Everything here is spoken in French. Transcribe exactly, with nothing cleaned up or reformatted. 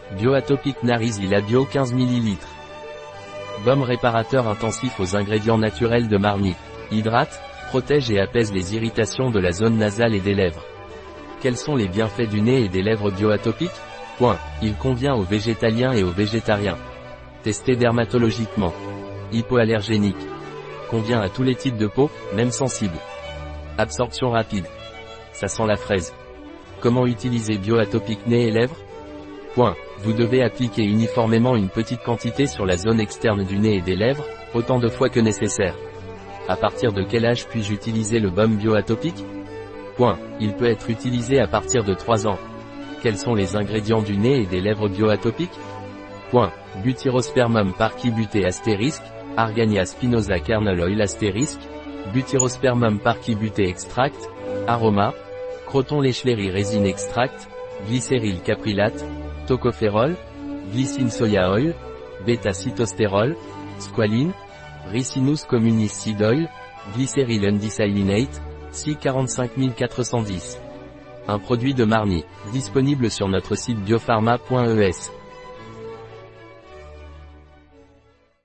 Bioatopic Narizil Bio quinze millilitres. Baume réparateur intensif aux ingrédients naturels de Marni. Hydrate, protège et apaise les irritations de la zone nasale et des lèvres. Quels sont les bienfaits du nez et des lèvres bioatopiques? Point. Il convient aux végétaliens et aux végétariens. Testé dermatologiquement. Hypoallergénique. Convient à tous les types de peau, même sensibles. Absorption rapide. Ça sent la fraise. Comment utiliser Bioatopic nez et lèvres? Point. Vous devez appliquer uniformément une petite quantité sur la zone externe du nez et des lèvres, autant de fois que nécessaire. À partir de quel âge puis-je utiliser le baume bioatopique? Point. Il peut être utilisé à partir de trois ans. Quels sont les ingrédients du nez et des lèvres bioatopiques? Point. Butyrospermum parkibutée astérisque, Argania spinosa kernel oil astérisque, Butyrospermum parkibutée extract, aroma, Croton leschleri résine extract, Glycéryl caprylate, Tocopherol, Glycine soya oil, bêta-cytostérol, squaline, Ricinus communis seed oil, Glycéryl undisaylinate, C quarante-cinq mille quatre cent dix. Un produit de Marni, disponible sur notre site biopharma point E S.